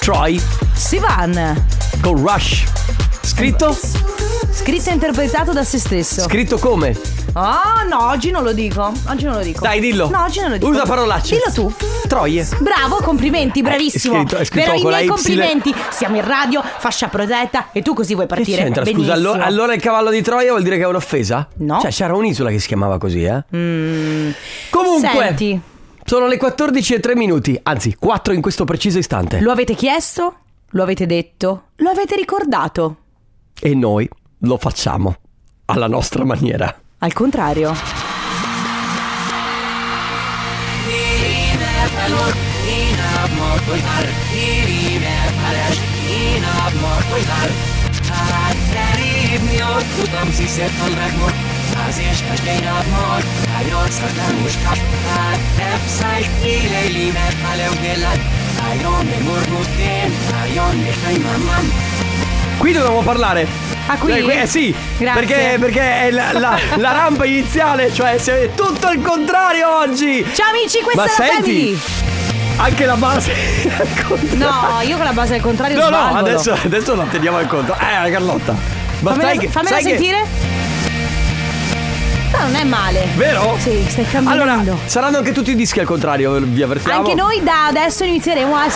Troy Sivan con Rush. Scritto e interpretato da se stesso. Scritto come? Ah, no, oggi non lo dico. Dai, dillo. No, oggi non lo dico. Usa parolacce. Dillo tu. Troie. Bravo, complimenti, bravissimo. È scritto Però i con la miei Y. complimenti. Siamo in radio, fascia protetta e tu così vuoi partire. Che c'entra? Benissimo. Scusa, allora il cavallo di Troia vuol dire che è un'offesa? No. Cioè c'era un'isola che si chiamava così, Comunque Senti, sono le 14:03, anzi 4 in questo preciso istante. lo avete chiesto? Lo avete detto? Lo avete ricordato? E noi lo facciamo alla nostra maniera. Al contrario. Qui dobbiamo parlare. Ah, qui? Sì. Grazie. Perché è la rampa iniziale. Cioè è tutto al contrario oggi. Ciao amici, questa Ma è la senti, Family. anche la base al contrario. No, io con la base al contrario No, svalvolo. adesso la teniamo al conto. Carlotta. Ma Fammela sai sentire. No, non è male. Vero? Sì, stai cambiando. Allora, saranno anche tutti i dischi al contrario, vi avvertiamo. Anche noi da adesso inizieremo a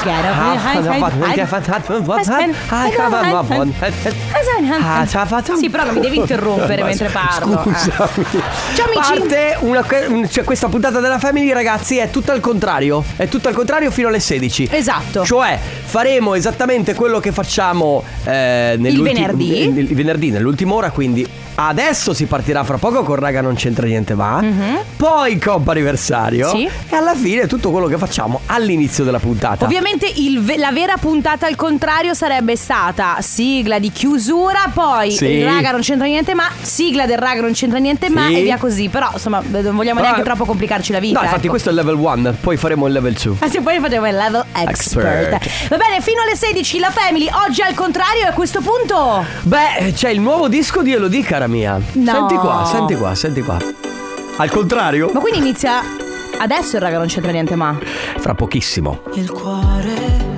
Sì, però non mi devi interrompere mentre parlo. Scusami. Ciao amici. Cioè questa puntata della Family, ragazzi, è tutto al contrario. È tutto al contrario fino alle 16. Esatto. Cioè faremo esattamente quello che facciamo il venerdì. Il venerdì nell'ultima ora, quindi adesso si partirà fra poco con Raga non c'entra niente ma poi Coppa anniversario. Sì. E alla fine tutto quello che facciamo all'inizio della puntata. Ovviamente la vera puntata al contrario sarebbe stata sigla di chiusura, poi Sì. il Raga non c'entra niente ma, sigla del Raga non c'entra niente ma Sì. e via così. Però insomma non vogliamo neanche troppo complicarci la vita. No, infatti ecco. questo è il level 1, poi faremo il level 2. Sì, poi facciamo il level expert. Va bene, fino alle 16 la Family. Oggi al contrario, a questo punto Beh, c'è il nuovo disco di Elodie, cara mia. No. Senti qua. Al contrario? Ma quindi inizia adesso il Raga non c'entra niente ma. Fra pochissimo. Il cuore.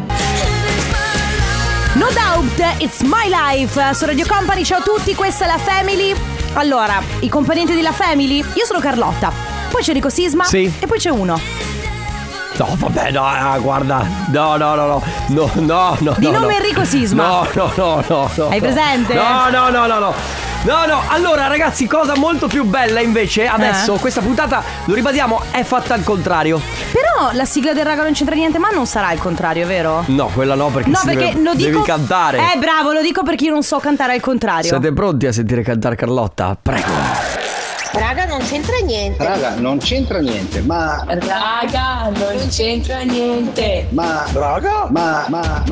No doubt, it's my life. Su Radio Company, ciao a tutti, questa è la Family. Allora, i componenti della Family. Io sono Carlotta. Poi c'è Enrico Sisma. Sì. E poi c'è uno. No, vabbè, no, guarda. No. Di nome Enrico Sisma. No. Hai presente? No, allora ragazzi, cosa molto più bella invece adesso, questa puntata, lo ribadiamo, è fatta al contrario. Però la sigla del Raga non c'entra niente ma non sarà il contrario, vero? No, quella no, perché, devi cantare. Bravo, lo dico perché io non so cantare al contrario. Siete pronti a sentire cantare Carlotta? Prego. Raga non c'entra niente. Raga non c'entra niente, ma Raga non c'entra niente. ma raga, ma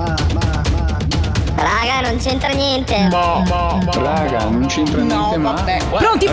Raga non c'entra niente. raga non c'entra niente, ma Pronti.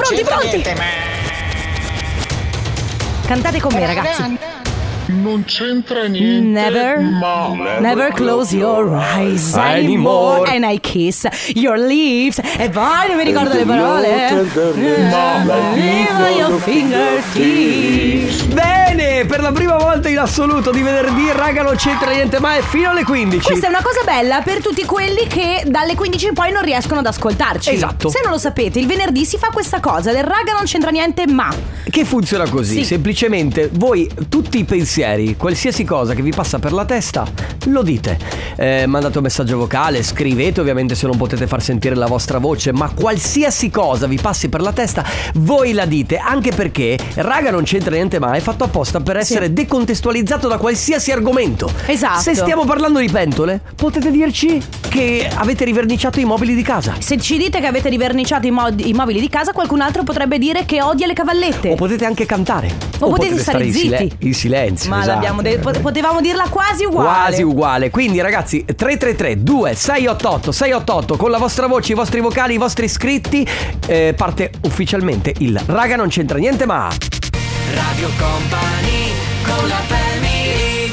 Cantate con me, ragazzi. non c'entra niente. Never close your eyes anymore. And I kiss your lips. E poi non mi ricordo le parole. Leave your fingertips. Bene, per la prima volta in assoluto di venerdì Raga non c'entra niente ma è fino alle 15. Questa è una cosa bella per tutti quelli che dalle 15 in poi non riescono ad ascoltarci. Esatto. Se non lo sapete, il venerdì si fa questa cosa del Raga non c'entra niente ma. Che funziona così, Sì. semplicemente voi tutti i pensieri, qualsiasi cosa che vi passa per la testa, lo dite. Mandate un messaggio vocale, scrivete, ovviamente se non potete far sentire la vostra voce, ma qualsiasi cosa vi passi per la testa, voi la dite, anche perché Raga non c'entra niente ma è fatto apposta per essere decontestualizzato da qualsiasi argomento. Esatto. Se stiamo parlando di pentole, potete dirci che avete riverniciato i mobili di casa. Se ci dite che avete riverniciato i mobili di casa, qualcun altro potrebbe dire che odia le cavallette. O potete anche cantare. O potete stare zitti. in silenzio. Ma esatto. l'abbiamo potevamo dirla quasi uguale. Quasi uguale. Quindi ragazzi, 333-2688-688 con la vostra voce, i vostri vocali, i vostri iscritti, parte ufficialmente il Raga non c'entra niente ma. Radio Company con la Family.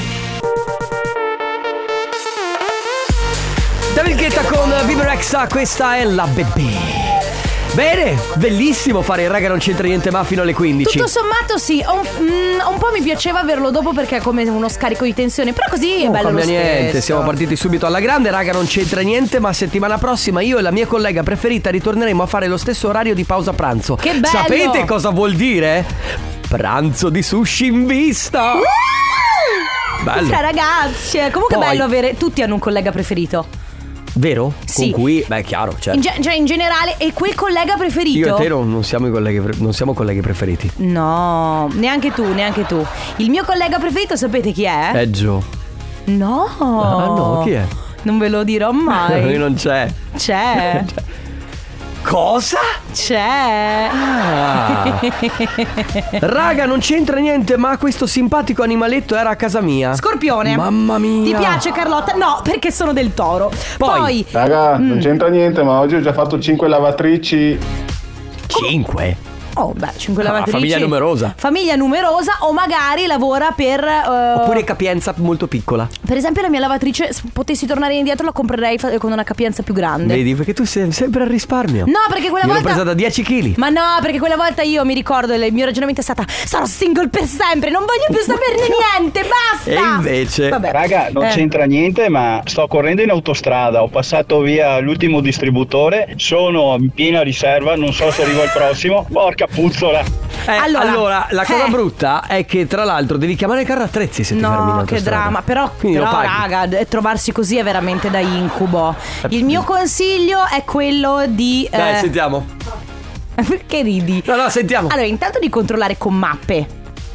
David Guetta con Bieber Rexha, questa è la Bebè. Bene, bellissimo fare il raga non c'entra niente ma fino alle 15. Tutto sommato sì, un po' mi piaceva averlo dopo perché è come uno scarico di tensione, però così è bello lo stesso. Niente, siamo partiti subito alla grande, raga non c'entra niente, ma settimana prossima io e la mia collega preferita ritorneremo a fare lo stesso orario di pausa pranzo. Che bello! Sapete cosa vuol dire? Pranzo di sushi in vista. Bello. Cioè ragazzi, comunque Poi, è bello avere, tutti hanno un collega preferito. Vero? Sì. Con cui, beh, chiaro, certo. Cioè in generale, e quel collega preferito? Io e te non siamo colleghi preferiti. No, neanche tu. Il mio collega preferito sapete chi è? Peggio. No. Ah no, chi è? Non ve lo dirò mai. Non c'è. C'è. Cosa? C'è. Ah. Raga, non c'entra niente, ma questo simpatico animaletto era a casa mia. Scorpione. Mamma mia. Ti piace Carlotta? No, perché sono del Toro. Poi Raga, non c'entra niente, ma oggi ho già fatto 5 lavatrici. 5? Oh, beh, 5 lavatrici. Famiglia numerosa. Famiglia numerosa, o magari lavora per oppure capienza molto piccola. Per esempio la mia lavatrice, se potessi tornare indietro, la comprerei con una capienza più grande. Vedi, perché tu sei sempre al risparmio. No, perché quella io volta l'ho presa da 10 kg. Ma no, perché quella volta io mi ricordo, il mio ragionamento è stata: sarò single per sempre, non voglio più saperne niente, basta. E invece vabbè. Raga, non c'entra niente, ma sto correndo in autostrada, ho passato via l'ultimo distributore, sono in piena riserva, non so se arrivo al prossimo. Porca puzzola. Allora, la cosa brutta è che tra l'altro devi chiamare il carro attrezzi se ti fermi in No, che autostrada. dramma. Però raga, trovarsi così è veramente da incubo. Il mio consiglio è quello di Dai, sentiamo. Perché ridi? No, sentiamo. Allora, intanto di controllare con mappe.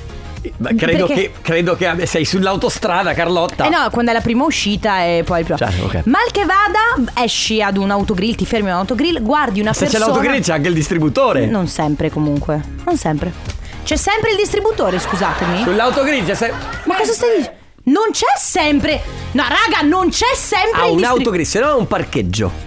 Ma credo che sei sull'autostrada, Carlotta. No, quando è la prima uscita e poi il Certo, ok. Mal che vada, esci ad un autogrill, ti fermi a un autogrill, guardi una Se persona. c'è l'autogrill c'è anche il distributore. Non sempre comunque. Non sempre. C'è sempre il distributore, scusatemi. Sull'autogrill c'è sempre. Ma cosa stai dicendo? Non c'è sempre. No, raga, non c'è sempre il un autogrill, se no è un parcheggio.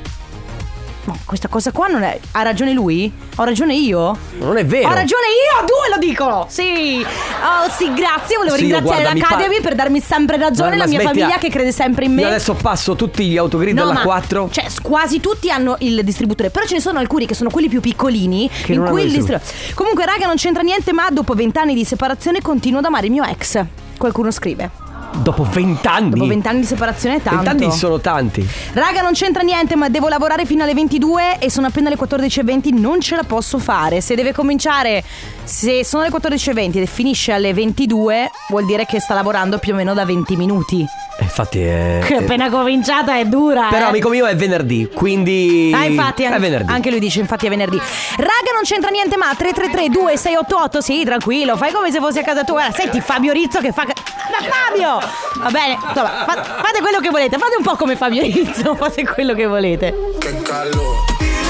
No, questa cosa qua non è. Ha ragione lui? Ho ragione io? Non è vero. Ho ragione io, due lo dicono. Sì. Oh sì, grazie. Volevo ringraziare l'Academy per darmi sempre ragione. La mia famiglia che crede sempre in me. Io adesso passo tutti gli autogrill dalla 4. Cioè quasi tutti hanno il distributore. Però ce ne sono alcuni che sono quelli più piccolini che in cui il distributore. Comunque raga, non c'entra niente, ma dopo 20 anni di separazione continuo ad amare il mio ex. Qualcuno scrive. Dopo 20 anni? Dopo 20 anni di separazione è tanto. 20 anni sono tanti. Raga, non c'entra niente, ma devo lavorare fino alle 22 e sono appena le 14:20, non ce la posso fare. Se deve cominciare, se sono le 14:20 e finisce alle 22, vuol dire che sta lavorando più o meno da 20 minuti. Infatti è... Che appena cominciata è dura. Però amico mio è venerdì, quindi... infatti è venerdì. Anche lui dice infatti è venerdì. Raga, non c'entra niente, ma 333-2688. Sì, tranquillo, fai come se fossi a casa tua. Senti Fabio Rizzo che fa... Ma Fabio! Va bene, insomma, fate quello che volete. Fate un po' come Fabio Rizzo. Fate quello che volete. Che calore.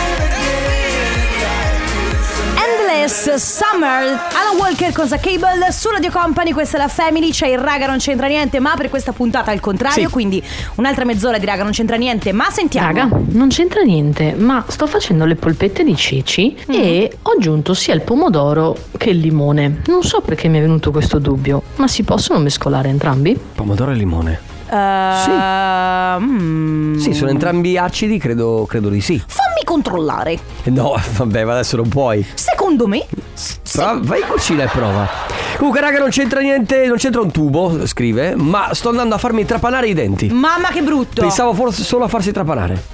Endless Summer, Alan Walker con The Cable su Radio Company. Questa è la Family. C'è il raga non c'entra niente, ma per questa puntata al contrario, sì. Quindi un'altra mezz'ora di raga non c'entra niente, ma sentiamo. Raga, non c'entra niente, ma sto facendo le polpette di ceci e ho aggiunto sia il pomodoro che il limone. Non so perché mi è venuto questo dubbio, ma si possono mescolare entrambi? Pomodoro e limone. Sì, sono entrambi acidi, credo di sì. Fammi controllare. No, vabbè, ma adesso non puoi. Secondo me vai in cucina e prova. Comunque raga, non c'entra niente, non c'entra un tubo, scrive, ma sto andando a farmi trapanare i denti. Mamma che brutto. Pensavo forse solo a farsi trapanare.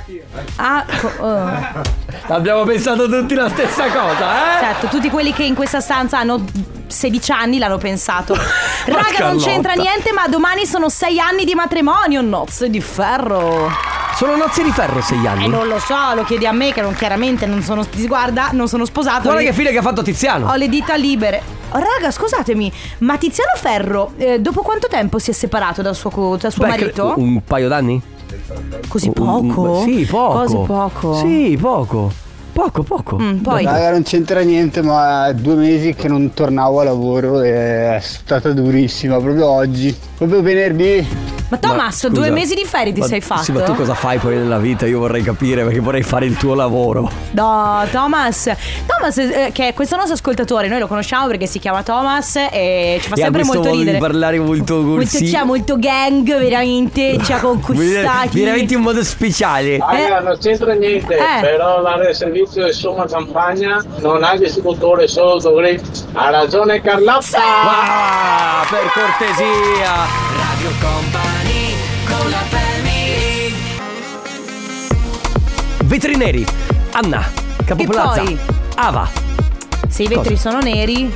Abbiamo pensato tutti la stessa cosa, Certo, tutti quelli che in questa stanza hanno 16 anni l'hanno pensato. Raga, non c'entra niente, ma domani sono 6 anni di matrimonio. Nozze di ferro. Sono nozze di ferro 6 anni? Non lo so, lo chiedi a me che chiaramente non sono. Guarda, non sono sposato. Guarda che fine che ha fatto Tiziano. Ho le dita libere. Raga, scusatemi, ma Tiziano Ferro dopo quanto tempo si è separato dal suo marito? Un paio d'anni? Così poco? Sì, poco. Così poco? Sì, poco. Poco. Poi Raga, non c'entra niente, ma 2 mesi che non tornavo a lavoro e è stata durissima proprio oggi. Proprio venerdì Ma Thomas, 2 mesi di ferie ti sei fatto? Sì, ma tu cosa fai poi nella vita? Io vorrei capire, perché vorrei fare il tuo lavoro. No, Thomas, che è questo nostro ascoltatore, noi lo conosciamo perché si chiama Thomas e ci fa sempre molto ridere. Di parlare molto così. Molto gang, veramente, ci ha conquistati. Veramente in modo speciale. Non c'entra niente, però dare servizio di somma campagna non ha distributore, solo dovrei. Ha ragione Carlotta. Per cortesia. Radio Company con la family. Vetri neri. Anna Capoplaza. Ava. Se i vetri sono neri.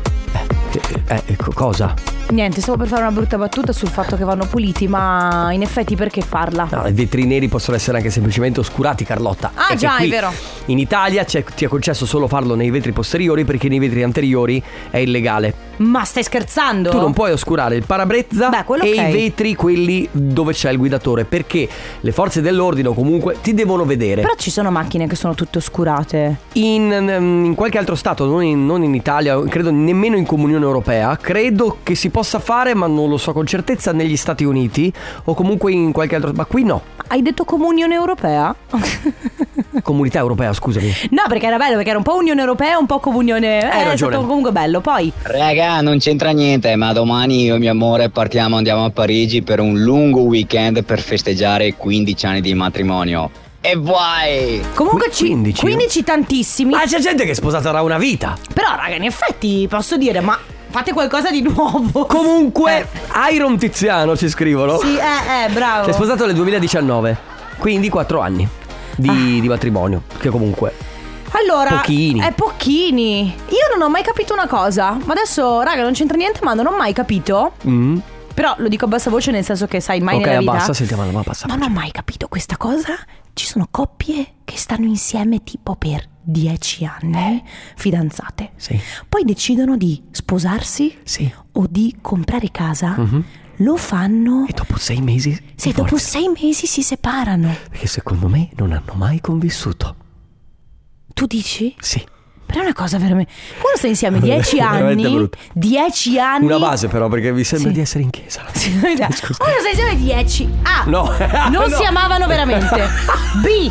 Cosa? Niente, stavo per fare una brutta battuta sul fatto che vanno puliti, ma in effetti perché farla? No, i vetri neri possono essere anche semplicemente oscurati, Carlotta. Ah, già, è vero. In Italia ti è concesso solo farlo nei vetri posteriori, perché nei vetri anteriori è illegale. Ma stai scherzando? Tu non puoi oscurare il parabrezza e i vetri, quelli dove c'è il guidatore, perché le forze dell'ordine o comunque ti devono vedere. Però ci sono macchine che sono tutte oscurate. In qualche altro stato, non in Italia, credo nemmeno in Comunione Europea, credo che si possa fare, ma non lo so con certezza, negli Stati Uniti o comunque in qualche altro, ma qui no. Hai detto Comunione Europea? Comunità Europea, scusami. No, perché era bello, perché era un po' Unione Europea, un po' Comunione. Hai ragione. È stato comunque bello. Poi raga, non c'entra niente, ma domani io e mio amore andiamo a Parigi per un lungo weekend per festeggiare 15 anni di matrimonio. E vai! Comunque 15 tantissimi. Ma c'è gente che è sposata da una vita. Però raga, in effetti posso dire, ma fate qualcosa di nuovo. Comunque Iron Tiziano ci scrivono. Sì, bravo. Si è sposato nel 2019, quindi 4 anni di matrimonio, che comunque allora pochini. Pochini. Io non ho mai capito una cosa. Ma adesso raga, non c'entra niente, ma non ho mai capito. Però lo dico a bassa voce, nel senso che sai, mai nella vita. Ok, abbassa, sentiamo la bassa. Non ho mai capito questa cosa. Ci sono coppie che stanno insieme tipo per 10 anni, fidanzate. Sì. Poi decidono di sposarsi, sì, o di comprare casa. Lo fanno e dopo 6 mesi dopo 6 mesi si separano. Perché secondo me non hanno mai convissuto. Tu dici? Sì. Però è una cosa veramente. Quando stai insieme 10 anni 10 anni. Una base però, perché mi sembra di essere in chiesa. Quando stai insieme 10 no. Non si amavano veramente. B,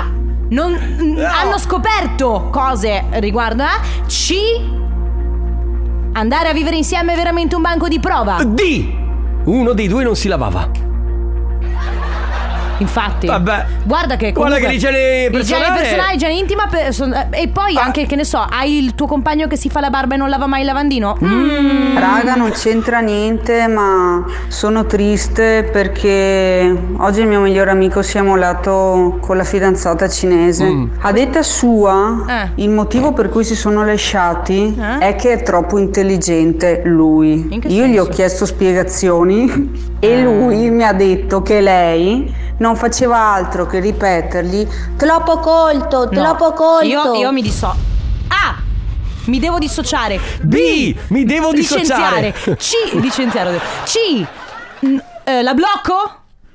hanno scoperto cose riguardo C, andare a vivere insieme è veramente un banco di prova. D, uno dei due non si lavava. Infatti, vabbè, guarda che l'igiene personale, igiene intima e poi anche, che ne so, hai il tuo compagno che si fa la barba e non lava mai il lavandino. Raga, non c'entra niente, ma sono triste perché oggi il mio migliore amico si è mollato con la fidanzata cinese. A detta sua, il motivo per cui si sono lasciati è che è troppo intelligente lui. Io gli ho chiesto spiegazioni e lui mi ha detto che lei non faceva altro che ripetergli troppo colto. Io mi mi devo dissociare. B, mi devo dissociare. Licenziare. C, la blocco?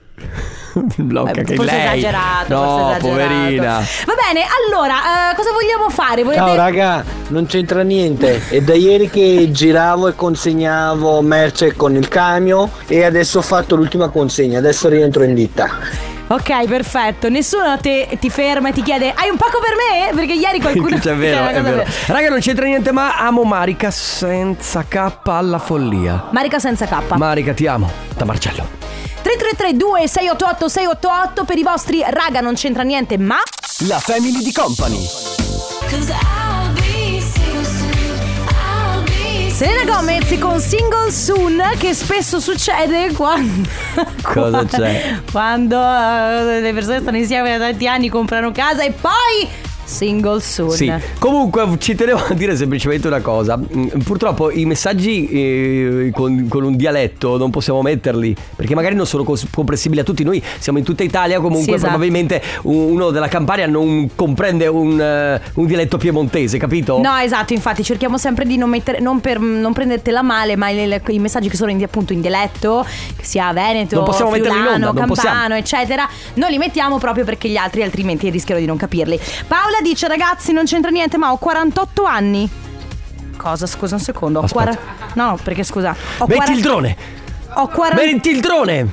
Blocca che forse lei esagerato, no, forse esagerato. Poverina. Va bene, allora cosa vogliamo fare? Ciao raga, non c'entra niente. È da ieri che giravo e consegnavo merce con il camion e adesso ho fatto l'ultima consegna. Adesso rientro in ditta. Ok, perfetto. Nessuno ti ferma e ti chiede hai un pacco per me? Perché ieri qualcuno è vero. Raga, non c'entra niente, ma amo Marica senza K alla follia. Marica senza K. Marica, ti amo. Da Marcello. 3332 688 688 per i vostri raga non c'entra niente, ma la family di Company. Selena Gomez con Single Soon, che spesso succede quando cosa c'è? Quando le persone stanno insieme da tanti anni, comprano casa e poi Single Soon. Sì, comunque ci tenevo a dire semplicemente una cosa. Purtroppo i messaggi con un dialetto non possiamo metterli, perché magari non sono comprensibili a tutti. Noi siamo in tutta Italia, comunque sì, esatto. Probabilmente uno della Campania non comprende un dialetto piemontese, capito? No, esatto, infatti cerchiamo sempre di non mettere, non prendertela male, ma i messaggi che sono appunto in dialetto, che sia veneto, non possiamo metterli in onda, campano, eccetera, non li mettiamo proprio perché gli altri altrimenti rischiano di non capirli. Paola dice ragazzi non c'entra niente, ma ho 48 anni. Cosa? Scusa un secondo. No, perché scusa. Metti il drone. Ho 40. Metti il drone.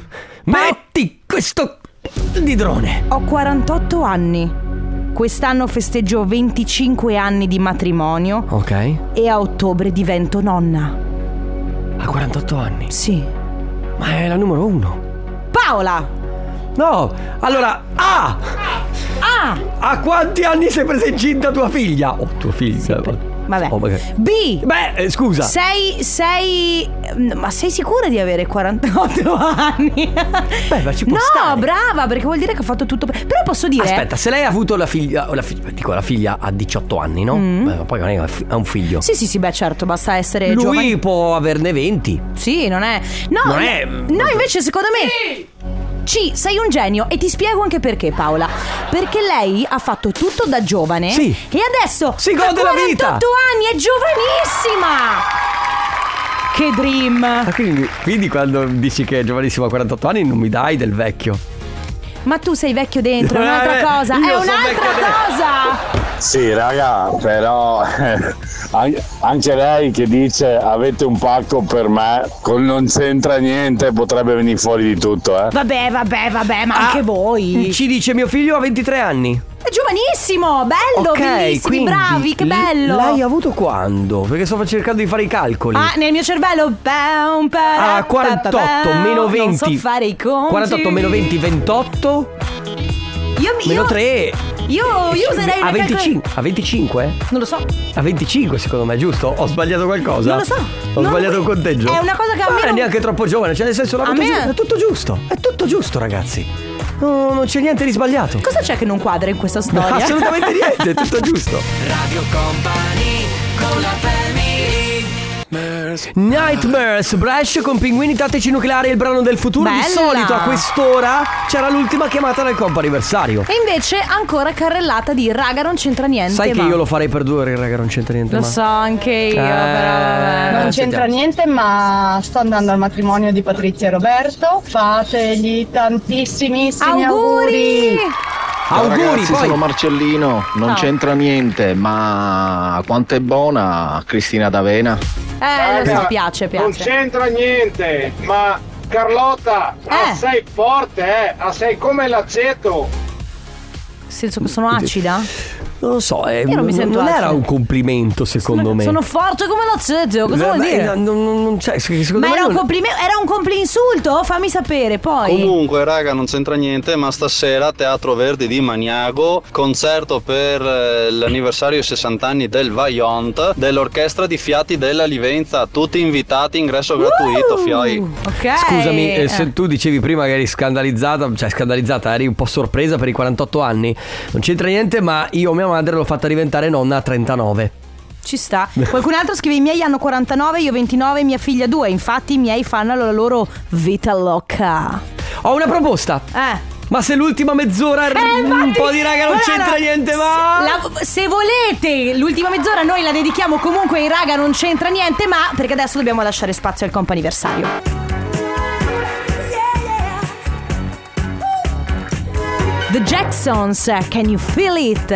Metti questo di drone. Ho 48 anni. Quest'anno festeggio 25 anni di matrimonio. Ok. E a ottobre divento nonna. Ha 48 anni? Sì. Ma è la numero 1. Paola! No, allora A! A quanti anni sei presa incinta tua figlia? Tua figlia. Vabbè. Okay. B. Beh, scusa. Sei ma sei sicura di avere 48 anni? Beh, ma ci può no, stare. Brava, perché vuol dire che ha fatto tutto. Però posso dire. Aspetta, se lei ha avuto la figlia ha 18 anni, no? Beh, poi non è ha un figlio. Sì, beh, certo, basta essere Lui giovane. può averne 20. Sì, non è. No, non è. No, invece secondo me C, sei un genio. E ti spiego anche perché, Paola. Perché lei ha fatto tutto da giovane. Sì. E adesso si gode la vita. 48 anni, è giovanissima. Che dream. Quindi quando dici che è giovanissimo a 48 anni non mi dai del vecchio. Ma tu sei vecchio dentro, è un'altra cosa. È un'altra cosa. Sì, raga, però anche lei che dice avete un pacco per me, con non c'entra niente, potrebbe venire fuori di tutto, Vabbè, ma anche voi. Ci dice mio figlio ha 23 anni. È giovanissimo, bello, bellissimi, quindi bravi, che bello. L'hai avuto quando? Perché sto cercando di fare i calcoli. Nel mio cervello 48 meno 20. Non so fare i conti. 48 meno 20, 28. Meno 3. Io userei a 25. A 25? Non lo so. A 25 secondo me, giusto? Ho sbagliato qualcosa? Non lo so. Ho sbagliato un conteggio. È una cosa che a me non è neanche troppo giovane, cioè nel senso è tutto giusto. È tutto giusto, ragazzi. No, non c'è niente di sbagliato. Cosa c'è che non quadra in questa storia? No, assolutamente niente, è tutto giusto. Radio Company con la family. Nightmares, Brash con Pinguini Tattici Nucleari, il brano del futuro. Bella. Di solito a qu'ora c'era l'ultima chiamata del comp'anniversario. E invece ancora carrellata di raga non c'entra niente. Sai che io lo farei per 2 ore, raga non c'entra niente. Lo so anche io, però vabbè. Non c'entra niente, ma sto andando al matrimonio di Patrizia e Roberto. Fategli tantissimissimi auguri. Ciao ragazzi, poi. Sono Marcellino, non c'entra niente, ma quanto è buona Cristina D'Avena. Lo so, piace. Non c'entra niente, ma Carlotta, sei forte, sei come l'aceto. Nel senso che sono acida? Non lo so, Io non mi sento non era acida. un complimento secondo me. Sono forte come l'aceto, cosa vuol dire? Non c'è, secondo Ma me era un complimento, era un complinsulto? Fammi sapere poi. Comunque raga non c'entra niente, ma stasera Teatro Verdi di Maniago, concerto per l'anniversario 60 anni del Vaillant dell'orchestra di Fiati della Livenza, tutti invitati, ingresso gratuito, fioi. Ok. Scusami, se tu dicevi prima che eri scandalizzata, eri un po' sorpresa per i 48 anni. Non c'entra niente, ma io mia madre l'ho fatta diventare nonna a 39. Ci sta. Qualcun altro scrive: i miei hanno 49, io 29, mia figlia 2. Infatti i miei fanno la loro vita loca. Ho una proposta. Ma se l'ultima mezz'ora un po' di raga non c'entra niente, ma se volete l'ultima mezz'ora noi la dedichiamo comunque ai raga non c'entra niente, ma perché adesso dobbiamo lasciare spazio al comp'anniversario. The Jacksons, Can You Feel It?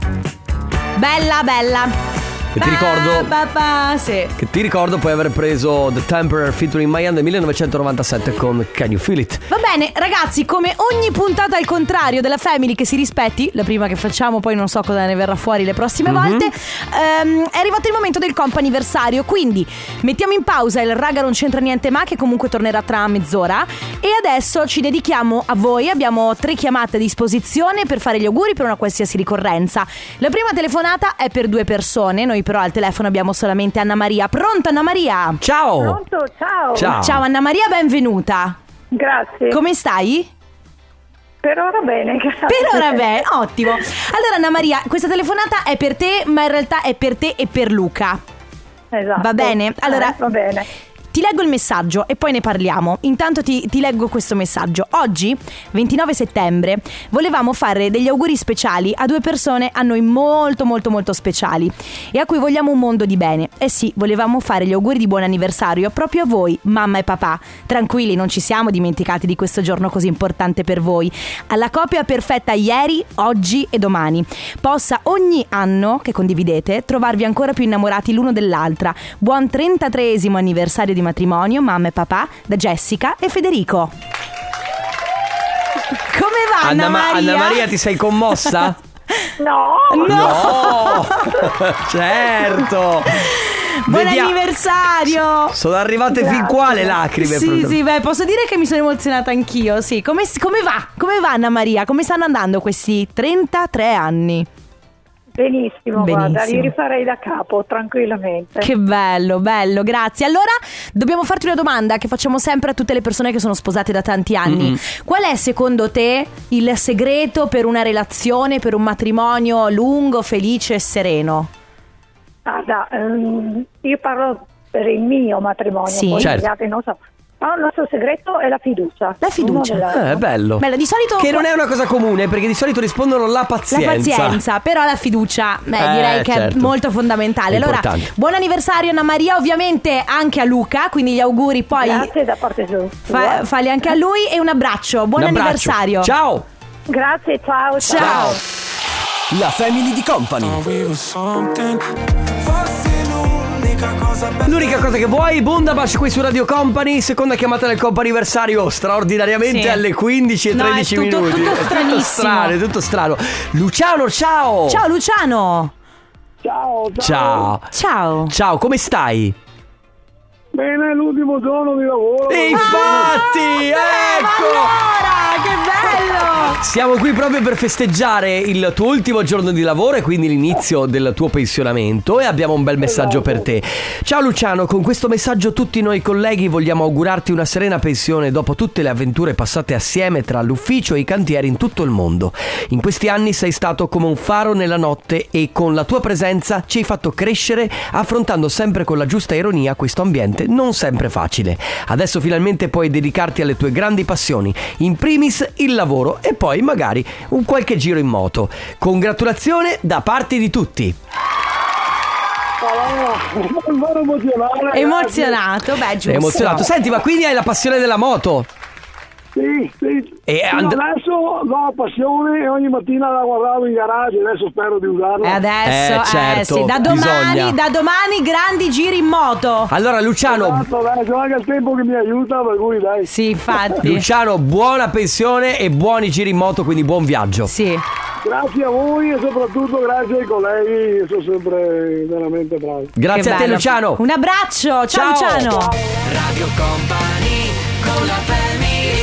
Bella. Che ti ricordo sì. Che ti ricordo puoi aver preso The Temperate featuring Mayhem del 1997 con Can You Feel It. Va bene ragazzi, come ogni puntata al contrario della Family che si rispetti, la prima che facciamo, poi non so cosa ne verrà fuori le prossime volte, è arrivato il momento del comp'anniversario. Quindi mettiamo in pausa il raga non c'entra niente ma, che comunque tornerà tra mezz'ora, e adesso ci dedichiamo a voi. Abbiamo 3 chiamate a disposizione per fare gli auguri per una qualsiasi ricorrenza. La prima telefonata è per 2 persone, noi però al telefono abbiamo solamente Anna Maria. Pronto Anna Maria? Ciao. Pronto, ciao. Ciao Anna Maria, benvenuta. Grazie. Come stai? Per ora bene, grazie. Per ora bene, ottimo. Allora Anna Maria, questa telefonata è per te, ma in realtà è per te e per Luca. Esatto. Va bene? Allora, va bene. Ti leggo il messaggio e poi ne parliamo. Intanto ti leggo questo messaggio. Oggi, 29 settembre, volevamo fare degli auguri speciali a 2 persone a noi molto molto molto speciali e a cui vogliamo un mondo di bene. Eh sì, volevamo fare gli auguri di buon anniversario proprio a voi, mamma e papà. Tranquilli, non ci siamo dimenticati di questo giorno così importante per voi. Alla coppia perfetta ieri, oggi e domani. Possa ogni anno che condividete trovarvi ancora più innamorati l'uno dell'altra. Buon 33esimo anniversario di matrimonio, mamma e papà, da Jessica e Federico. va Anna Maria? Anna Maria, ti sei commossa? No. Certo. Buon anniversario. Sono arrivate fin qua le lacrime. Sì, beh, posso dire che mi sono emozionata anch'io. Sì, come va? Come va Anna Maria? Come stanno andando questi 33 anni? Benissimo, guarda, li rifarei da capo tranquillamente. Che bello, grazie. Allora, dobbiamo farti una domanda che facciamo sempre a tutte le persone che sono sposate da tanti anni. Qual è secondo te il segreto per una relazione, per un matrimonio lungo, felice e sereno? Guarda, io parlo per il mio matrimonio, poi certo. gli altri non so. Ma il nostro segreto è la fiducia. La fiducia. È bello. Di solito che non è una cosa comune, perché di solito rispondono la pazienza. La pazienza, però la fiducia, direi che è molto fondamentale. Allora, buon anniversario Anna Maria, ovviamente anche a Luca, quindi gli auguri poi. Grazie da parte sua. Falli anche a lui e un abbraccio. Buon anniversario. Ciao. Grazie, ciao. La Family di Company. L'unica cosa che vuoi, Bundabash qui su Radio Company. Seconda chiamata del comp'anniversario, straordinariamente alle 15:13 minuti. Tutto stranissimo. È tutto strano. Luciano, ciao. Ciao Luciano. Ciao, come stai? Bene, l'ultimo giorno di lavoro. E infatti, ecco. Allora, che bello. Siamo qui proprio per festeggiare il tuo ultimo giorno di lavoro e quindi l'inizio del tuo pensionamento, e abbiamo un bel messaggio per te. Ciao Luciano, con questo messaggio tutti noi colleghi vogliamo augurarti una serena pensione dopo tutte le avventure passate assieme tra l'ufficio e i cantieri in tutto il mondo. In questi anni sei stato come un faro nella notte e con la tua presenza ci hai fatto crescere, affrontando sempre con la giusta ironia questo ambiente non sempre facile. Adesso finalmente puoi dedicarti alle tue grandi passioni, in primis il lavoro e poi magari un qualche giro in moto. Congratulazione da parte di tutti. Emozionato, giusto. Emozionato. Senti, ma quindi hai la passione della moto? Sì. E adesso ho la passione e ogni mattina la guardavo in garage, adesso spero di usarla. E adesso, certo, sì, da domani grandi giri in moto. Allora Luciano, esatto, dai, c'è anche il tempo che mi aiuta, per cui dai. Sì, infatti. Luciano, buona pensione e buoni giri in moto, quindi buon viaggio. Sì. Grazie a voi e soprattutto grazie ai colleghi, sono sempre veramente bravi. Grazie a te Luciano. Un abbraccio, ciao Luciano. Radio Company con la Family.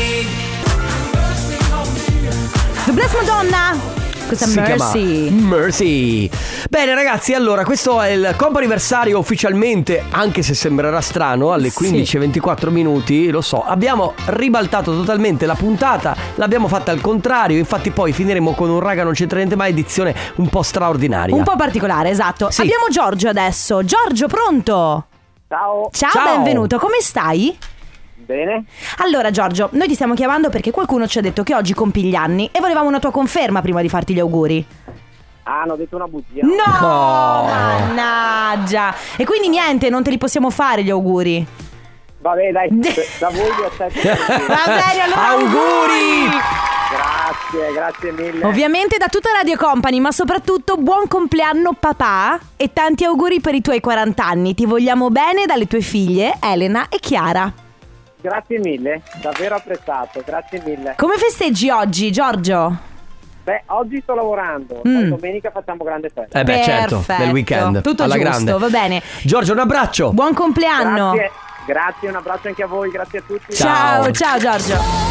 The Bless Madonna. Questa si Mercy. chiama Mercy. Bene ragazzi, allora questo è il comp'anniversario ufficialmente, anche se sembrerà strano, alle 15:24 minuti, lo so. Abbiamo ribaltato totalmente la puntata, l'abbiamo fatta al contrario, infatti poi finiremo con un Raga non c'entra niente mai edizione un po' straordinaria. Un po' particolare, esatto. Sì. Abbiamo Giorgio adesso. Giorgio, pronto? Ciao, benvenuto, come stai? bene. Allora Giorgio, noi ti stiamo chiamando perché qualcuno ci ha detto che oggi compi gli anni e volevamo una tua conferma prima di farti gli auguri. Ah, hanno detto una bugia. No, mannaggia. E quindi niente, non te li possiamo fare gli auguri. Vabbè dai, da voi vi aspetto. Va bene, allora auguri. Grazie mille. Ovviamente da tutta Radio Company, ma soprattutto buon compleanno papà e tanti auguri per i tuoi 40 anni. Ti vogliamo bene dalle tue figlie Elena e Chiara. Grazie mille, davvero apprezzato, grazie mille. Come festeggi oggi, Giorgio? Beh, oggi sto lavorando, poi domenica facciamo grande festa. Beh, certo, del weekend. Tutto alla giusto, grande. va bene. Giorgio, un abbraccio. Buon compleanno. Grazie, un abbraccio anche a voi, grazie a tutti. Ciao Giorgio.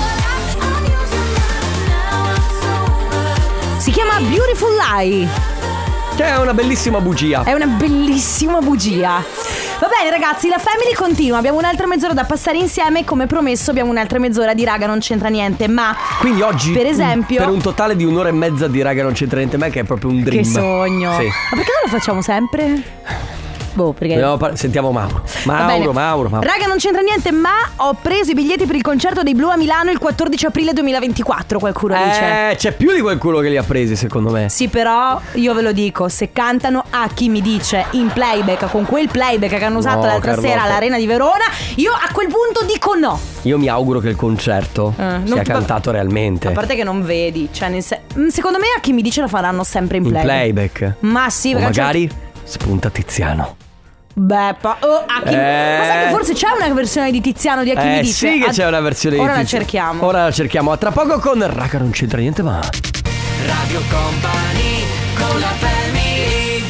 Si chiama Beautiful Lie. Che è una bellissima bugia. È una bellissima bugia. Va bene ragazzi, la Family continua. Abbiamo un'altra mezz'ora da passare insieme e come promesso abbiamo un'altra mezz'ora di Raga non c'entra niente. Ma quindi oggi per esempio per un totale di un'ora e mezza di Raga non c'entra niente mai, che è proprio un dream. Che sogno. Sì. Ma perché non lo facciamo sempre? Perché sentiamo Mauro. Mauro. Raga non c'entra niente, ma ho preso i biglietti per il concerto dei Blu a Milano il 14 aprile 2024. Qualcuno dice c'è più di qualcuno che li ha presi secondo me. Sì, però io ve lo dico, se cantano a chi mi dice in playback, con quel playback che hanno usato l'altra sera all'Arena di Verona, io a quel punto dico no. Io mi auguro che il concerto sia cantato realmente. A parte che non vedi, cioè secondo me a chi mi dice lo faranno sempre in playback. In playback. Ma sì, o magari spunta Tiziano. Beh, ma sai che forse c'è una versione di Tiziano di A chi mi dice? Sì che c'è una versione ora di Tiziano. Ora la cerchiamo. A tra poco con Raga non c'entra niente ma Radio Company con la family.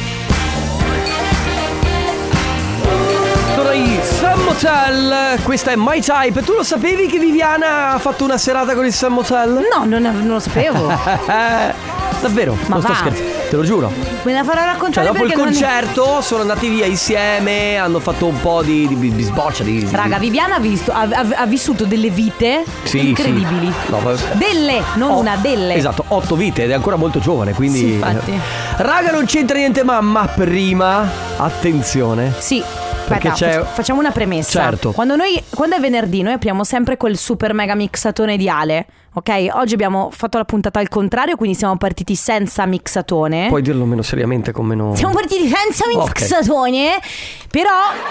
Sun Motel, questa è My Type. Tu lo sapevi che Viviana ha fatto una serata con il Sun Motel? No, non lo sapevo. Davvero? Ma non sto va. scherzando, te lo giuro. Me la farò raccontare, Dopo il perché concerto sono andati via insieme, hanno fatto un po' di sboccia di... Raga, Viviana ha vissuto delle vite incredibili. Sì. No, delle, non una, delle. Esatto, 8 vite ed è ancora molto giovane, quindi... Sì, infatti. Raga non c'entra niente ma prima, attenzione. Sì. Perché aspetta, facciamo una premessa. Certo. Quando è venerdì, noi apriamo sempre quel super mega mixatone di Ale. Ok, oggi abbiamo fatto la puntata al contrario, quindi siamo partiti senza mixatone. Puoi dirlo meno seriamente, con meno... Siamo partiti senza mixatone, però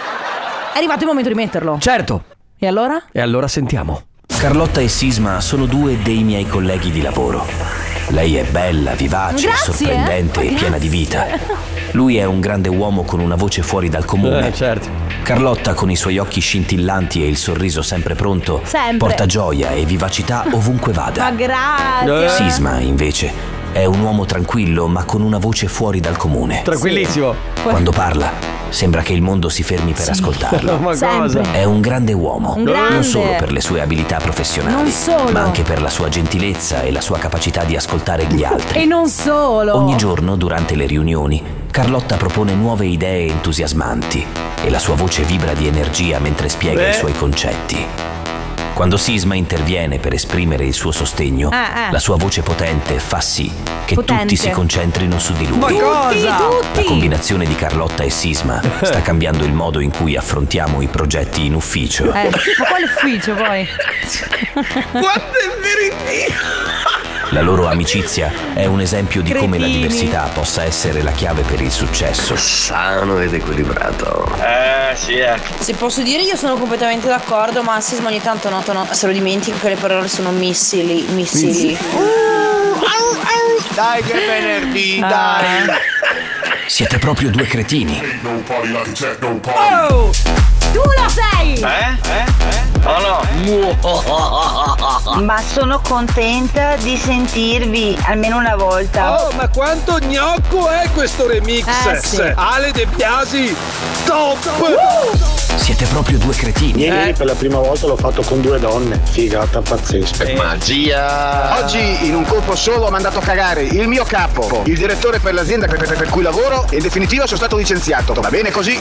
è arrivato il momento di metterlo. Certo. E allora? E allora sentiamo. Carlotta e Sisma sono due dei miei colleghi di lavoro. Lei è bella, vivace, sorprendente e piena di vita. Lui è un grande uomo con una voce fuori dal comune. Certo. Carlotta, con i suoi occhi scintillanti e il sorriso sempre pronto, Sempre. porta gioia e vivacità ovunque vada. Ma grazie. Sisma, invece, è un uomo tranquillo ma con una voce fuori dal comune. Tranquillissimo. Quando parla, sembra che il mondo si fermi per ascoltarlo. Ma cosa? È un grande uomo, non solo per le sue abilità professionali, Non solo. ma anche per la sua gentilezza e la sua capacità di ascoltare gli altri. E non solo. Ogni giorno, durante le riunioni, Carlotta propone nuove idee entusiasmanti e la sua voce vibra di energia mentre spiega i suoi concetti. Quando Sisma interviene per esprimere il suo sostegno, la sua voce potente fa sì che tutti si concentrino su di lui. Ma cosa? La combinazione di Carlotta e Sisma sta cambiando il modo in cui affrontiamo i progetti in ufficio. Ma quale ufficio poi? Quanto è veritiero! La loro amicizia è un esempio di come la diversità possa essere la chiave per il successo. Sano ed equilibrato. Sì. Se posso dire, io sono completamente d'accordo, ma Sisma ogni tanto se lo dimentico che le parole sono missili. Dai che è venerdì, dai. Siete proprio due cretini. Oh! Tu lo sei! Oh no! Ma sono contenta di sentirvi almeno una volta. Oh, ma quanto gnocco è questo remix! Sì. Ale De Biasi, top! Siete proprio due cretini. Ieri per la prima volta l'ho fatto con due donne. Figata pazzesca. Magia! Oggi in un colpo solo ho mandato a cagare il mio capo, il direttore per l'azienda per cui lavoro, e in definitiva sono stato licenziato. Va bene così?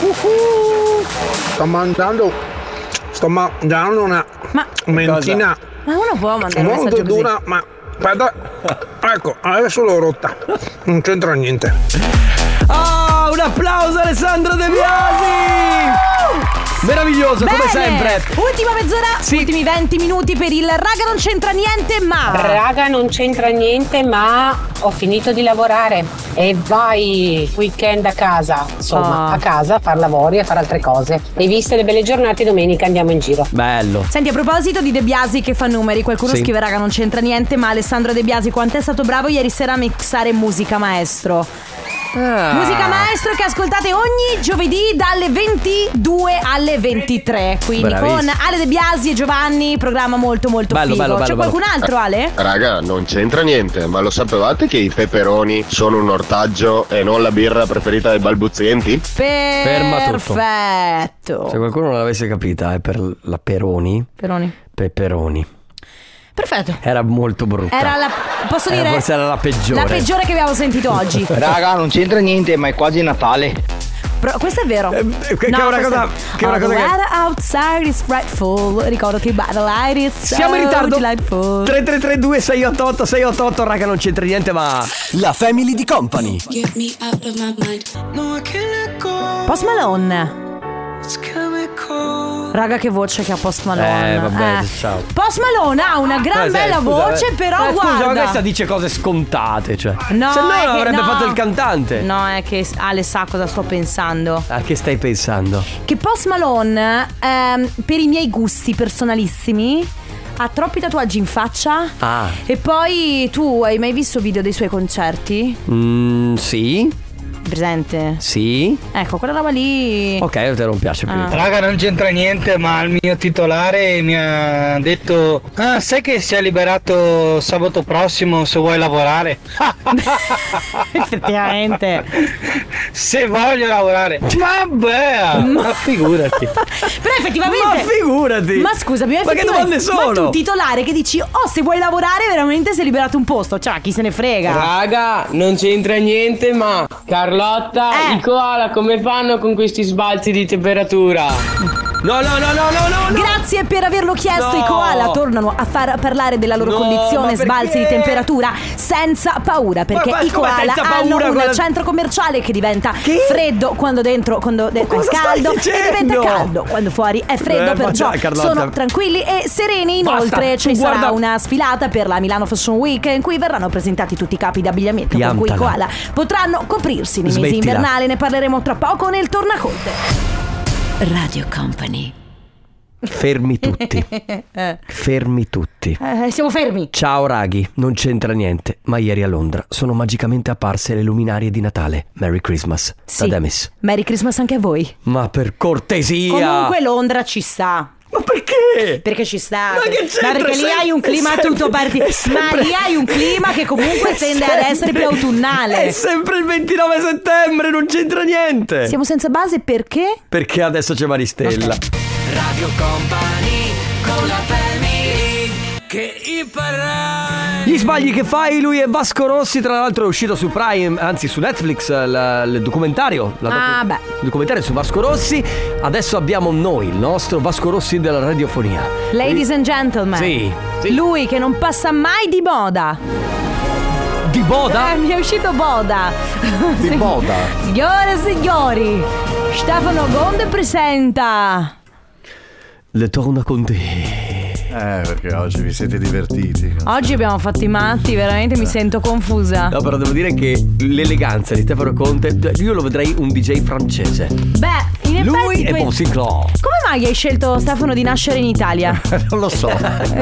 Sto mangiando una mentina Ma uno può mandare un molto messaggio così? dura, ma aspetta, ecco, adesso l'ho rotta. Non c'entra niente. Un applauso a Alessandro De Biasi! Meraviglioso, come sempre. Ultima mezz'ora, ultimi 20 minuti per il Raga non c'entra niente ma. Raga non c'entra niente ma ho finito di lavorare e vai weekend a casa, insomma a casa a far lavori, a fare altre cose, e viste le belle giornate domenica andiamo in giro. Bello. Senti, a proposito di De Biasi che fa numeri, qualcuno scrive: raga non c'entra niente ma Alessandro De Biasi quanto è stato bravo ieri sera a mixare Musica Maestro. Musica Maestro che ascoltate ogni giovedì dalle 22 alle 23. Quindi con Ale De Biasi e Giovanni, programma molto molto figo. C'è qualcun altro, Ale? Raga, non c'entra niente, ma lo sapevate che i peperoni sono un ortaggio e non la birra preferita dei balbuzienti? Ferma tutto. Perfetto. Se qualcuno non l'avesse capita, è per la Peroni. Peperoni. Perfetto. Era molto brutta. Posso dire? Forse era la peggiore. La peggiore che abbiamo sentito oggi. Raga, non c'entra niente, ma è quasi Natale. Questo è vero. Che è una cosa che outside is frightful. Ricordati by the light is so siamo in ritardo. delightful. 3332 688 688. Raga non c'entra niente ma la family di Company. Post Malone. Raga che voce che ha Post Malone. Vabbè, ciao. Post Malone ha una gran bella voce, però guarda. Scusa, questa dice cose scontate, cioè. No, se no è che avrebbe fatto il cantante. No, è che Ale sa cosa sto pensando. A che stai pensando? Che Post Malone, per i miei gusti personalissimi, ha troppi tatuaggi in faccia. E poi tu hai mai visto video dei suoi concerti? Sì. presente? Sì. Ecco, quella roba lì. Ok, a te non piace più. Raga, non c'entra niente, ma il mio titolare mi ha detto: ah, sai che si è liberato sabato prossimo se vuoi lavorare? Effettivamente. Se voglio lavorare. Vabbè, ma figurati. Però effettivamente. Ma figurati. Ma scusami, ma che domande sono? Ma tu titolare che dici: oh, se vuoi lavorare veramente si è liberato un posto. Cioè, chi se ne frega. Raga, non c'entra niente, ma Carlotta, i koala come fanno con questi sbalzi di temperatura? No. Grazie per averlo chiesto. No. I koala tornano a far parlare della loro condizione sbalzi di temperatura senza paura, perché i koala hanno un centro commerciale che diventa freddo quando dentro è caldo, e diventa caldo quando fuori è freddo, perciò sono tranquilli e sereni. Inoltre ci sarà una sfilata per la Milano Fashion Week in cui verranno presentati tutti i capi d'abbigliamento con cui i koala potranno coprirsi nei mesi invernali. Ne parleremo tra poco nel Tornaconte. Radio Company. Fermi tutti. Fermi tutti. Siamo fermi. Ciao raghi, non c'entra niente, ma ieri a Londra sono magicamente apparse le luminarie di Natale. Merry Christmas. Sì. Da Demis. Merry Christmas anche a voi. Ma per cortesia. Comunque Londra ci sta. Ma perché? Perché ci sta. Ma che c'entra? Ma perché lì hai un clima tutto Ma lì hai un clima che comunque tende ad essere più autunnale. È sempre il 29 settembre, non c'entra niente. Siamo senza base perché? Perché adesso c'è Maristella. Radio Company con la family che imparai. Gli sbagli che fai, lui è Vasco Rossi. Tra l'altro è uscito su Prime, anzi su Netflix, il documentario. Il documentario su Vasco Rossi. Adesso abbiamo noi, il nostro Vasco Rossi della radiofonia. Ladies and gentlemen. Sì. Lui che non passa mai di moda. Di Boda? Mi è uscito Boda. Di Boda. Signore e signori, Stefano Gonde presenta Le Tornaconte. Perché oggi vi siete divertiti. Oggi abbiamo fatto i matti, veramente mi sento confusa. No, però devo dire che l'eleganza di Stefano Conte, io lo vedrei un DJ francese. Beh, in effetti lui è Bossy Claw. Come mai hai scelto, Stefano, di nascere in Italia? Non lo so.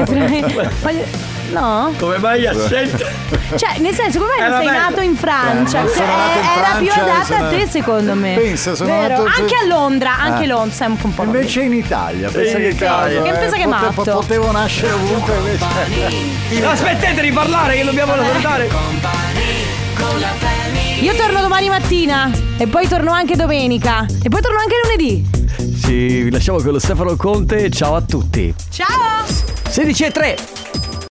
No? Come mai ha scelto? Cioè, nel senso, come mai non sei nato in Francia? Era più adatta a te, secondo me. Pensa, sono nato anche a Londra, Londra, sei un po'. Invece in Italia, pensa che caso. Pensa che matto. Potevo nascere ovunque invece. Aspettate di parlare che dobbiamo salutare. Io torno domani mattina e poi torno anche domenica e poi torno anche lunedì. Sì, vi lasciamo con lo Stefano Conte. Ciao a tutti. Ciao. 16:03.